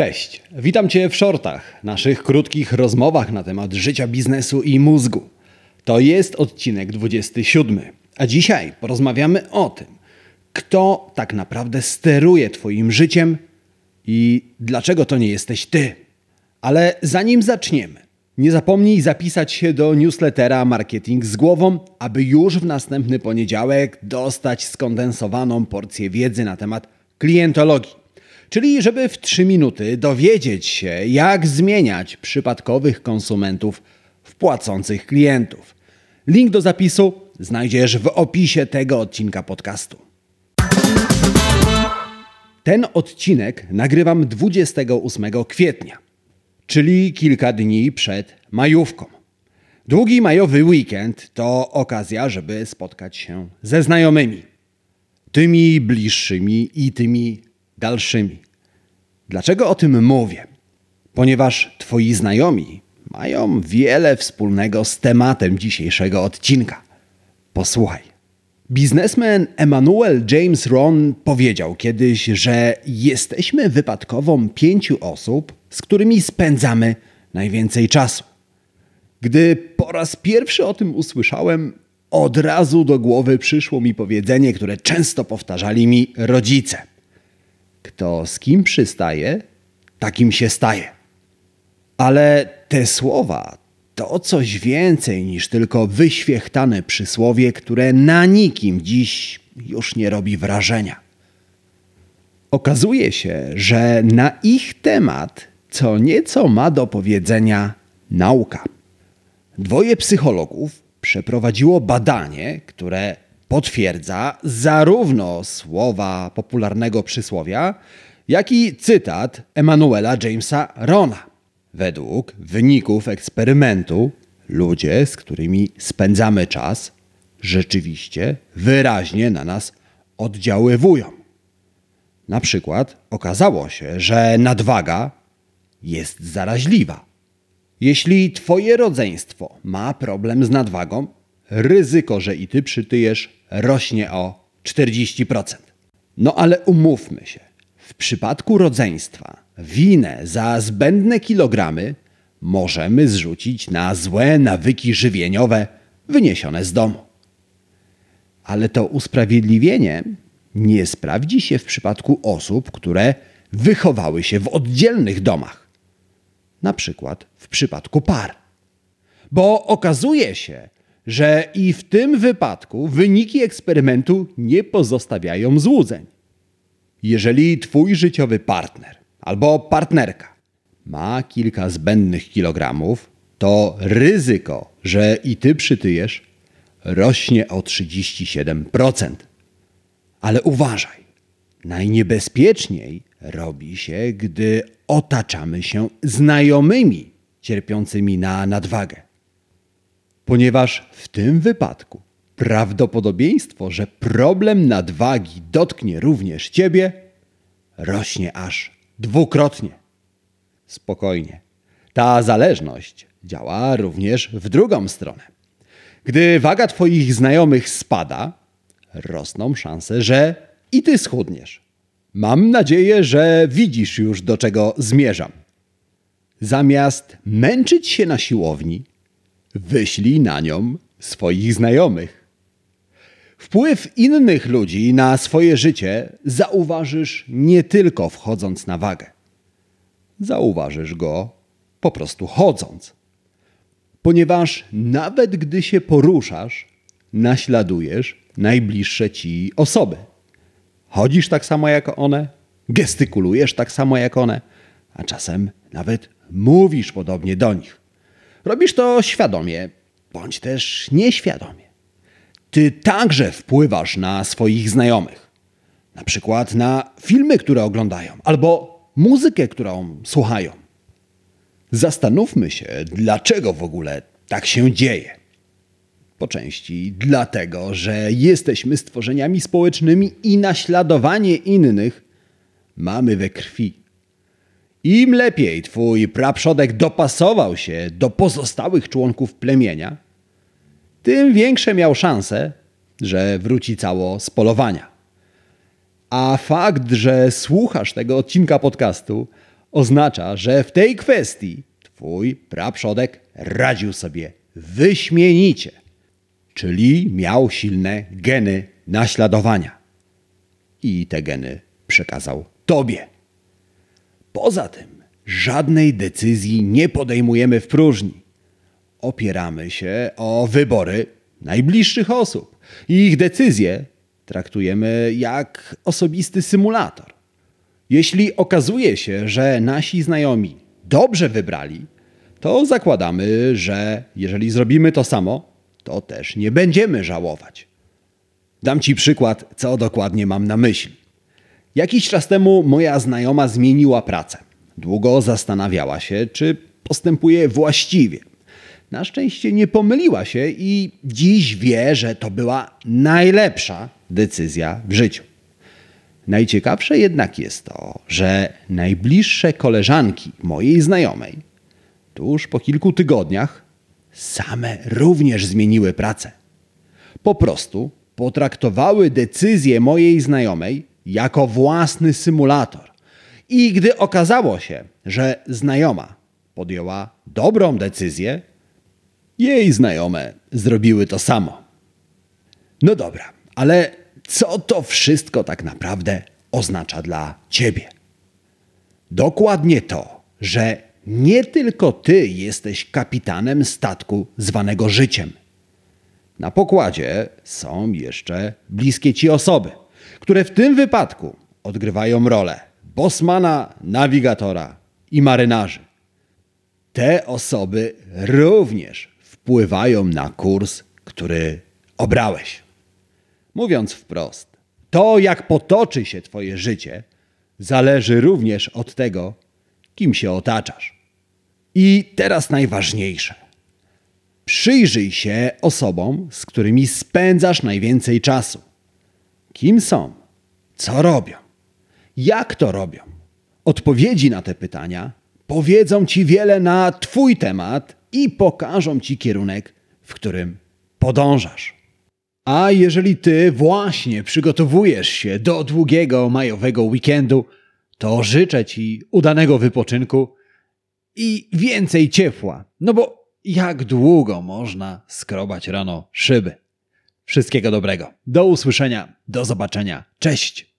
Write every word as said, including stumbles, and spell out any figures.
Cześć, witam Cię w shortach, naszych krótkich rozmowach na temat życia, biznesu i mózgu. To jest odcinek dwudziesty siódmy, a dzisiaj porozmawiamy o tym, kto tak naprawdę steruje Twoim życiem i dlaczego to nie jesteś Ty. Ale zanim zaczniemy, nie zapomnij zapisać się do newslettera Marketing z Głową, aby już w następny poniedziałek dostać skondensowaną porcję wiedzy na temat klientologii. Czyli żeby w trzy minuty dowiedzieć się, jak zmieniać przypadkowych konsumentów w płacących klientów. Link do zapisu znajdziesz w opisie tego odcinka podcastu. Ten odcinek nagrywam dwudziestego ósmego kwietnia, czyli kilka dni przed majówką. Długi majowy weekend to okazja, żeby spotkać się ze znajomymi. Tymi bliższymi i tymi dalszymi. Dlaczego o tym mówię? Ponieważ Twoi znajomi mają wiele wspólnego z tematem dzisiejszego odcinka. Posłuchaj. Biznesmen Emanuel James Rohn powiedział kiedyś, że jesteśmy wypadkową pięciu osób, z którymi spędzamy najwięcej czasu. Gdy po raz pierwszy o tym usłyszałem, od razu do głowy przyszło mi powiedzenie, które często powtarzali mi rodzice. Kto z kim przystaje, takim się staje. Ale te słowa to coś więcej niż tylko wyświechtane przysłowie, które na nikim dziś już nie robi wrażenia. Okazuje się, że na ich temat co nieco ma do powiedzenia nauka. Dwoje psychologów przeprowadziło badanie, które potwierdza zarówno słowa popularnego przysłowia, jak i cytat Emanuela Jamesa Rohna. Według wyników eksperymentu ludzie, z którymi spędzamy czas, rzeczywiście wyraźnie na nas oddziaływują. Na przykład okazało się, że nadwaga jest zaraźliwa. Jeśli Twoje rodzeństwo ma problem z nadwagą, ryzyko, że i Ty przytyjesz, rośnie o czterdzieści procent. No ale umówmy się, w przypadku rodzeństwa winę za zbędne kilogramy możemy zrzucić na złe nawyki żywieniowe wyniesione z domu. Ale to usprawiedliwienie nie sprawdzi się w przypadku osób, które wychowały się w oddzielnych domach. Na przykład w przypadku par. Bo okazuje się, że i w tym wypadku wyniki eksperymentu nie pozostawiają złudzeń. Jeżeli Twój życiowy partner albo partnerka ma kilka zbędnych kilogramów, to ryzyko, że i Ty przytyjesz, rośnie o trzydzieści siedem procent. Ale uważaj, najniebezpieczniej robi się, gdy otaczamy się znajomymi cierpiącymi na nadwagę. Ponieważ w tym wypadku prawdopodobieństwo, że problem nadwagi dotknie również Ciebie, rośnie aż dwukrotnie. Spokojnie. Ta zależność działa również w drugą stronę. Gdy waga Twoich znajomych spada, rosną szanse, że i Ty schudniesz. Mam nadzieję, że widzisz już, do czego zmierzam. Zamiast męczyć się na siłowni, wyślij na nią swoich znajomych. Wpływ innych ludzi na swoje życie zauważysz nie tylko wchodząc na wagę. Zauważysz go po prostu chodząc. Ponieważ nawet gdy się poruszasz, naśladujesz najbliższe Ci osoby. Chodzisz tak samo jak one, gestykulujesz tak samo jak one, a czasem nawet mówisz podobnie do nich. Robisz to świadomie, bądź też nieświadomie. Ty także wpływasz na swoich znajomych. Na przykład na filmy, które oglądają, albo muzykę, którą słuchają. Zastanówmy się, dlaczego w ogóle tak się dzieje. Po części dlatego, że jesteśmy stworzeniami społecznymi i naśladowanie innych mamy we krwi. Im lepiej twój praprzodek dopasował się do pozostałych członków plemienia, tym większe miał szanse, że wróci cało z polowania. A fakt, że słuchasz tego odcinka podcastu, Oznacza, że w tej kwestii twój praprzodek radził sobie wyśmienicie, czyli miał silne geny naśladowania. I te geny przekazał tobie. Poza tym żadnej decyzji nie podejmujemy w próżni. Opieramy się o wybory najbliższych osób i ich decyzje traktujemy jak osobisty symulator. Jeśli okazuje się, że nasi znajomi dobrze wybrali, to zakładamy, że jeżeli zrobimy to samo, to też nie będziemy żałować. Dam ci przykład, co dokładnie mam na myśli. Jakiś czas temu moja znajoma zmieniła pracę. Długo zastanawiała się, czy postępuje właściwie. Na szczęście nie pomyliła się i dziś wie, że to była najlepsza decyzja w życiu. Najciekawsze jednak jest to, że najbliższe koleżanki mojej znajomej tuż po kilku tygodniach same również zmieniły pracę. Po prostu potraktowały decyzję mojej znajomej jako własny symulator. I gdy okazało się, że znajoma podjęła dobrą decyzję, jej znajome zrobiły to samo. No dobra, ale co to wszystko tak naprawdę oznacza dla ciebie? Dokładnie to, że nie tylko ty jesteś kapitanem statku zwanego życiem. Na pokładzie są jeszcze bliskie ci osoby, które w tym wypadku odgrywają rolę bosmana, nawigatora i marynarzy. Te osoby również wpływają na kurs, który obrałeś. Mówiąc wprost, to jak potoczy się twoje życie, zależy również od tego, kim się otaczasz. I teraz najważniejsze. Przyjrzyj się osobom, z którymi spędzasz najwięcej czasu. Kim są? Co robią? Jak to robią? Odpowiedzi na te pytania powiedzą ci wiele na twój temat i pokażą ci kierunek, w którym podążasz. A jeżeli ty właśnie przygotowujesz się do długiego majowego weekendu, to życzę ci udanego wypoczynku i więcej ciepła, no bo jak długo można skrobać rano szyby? Wszystkiego dobrego. Do usłyszenia, do zobaczenia. Cześć!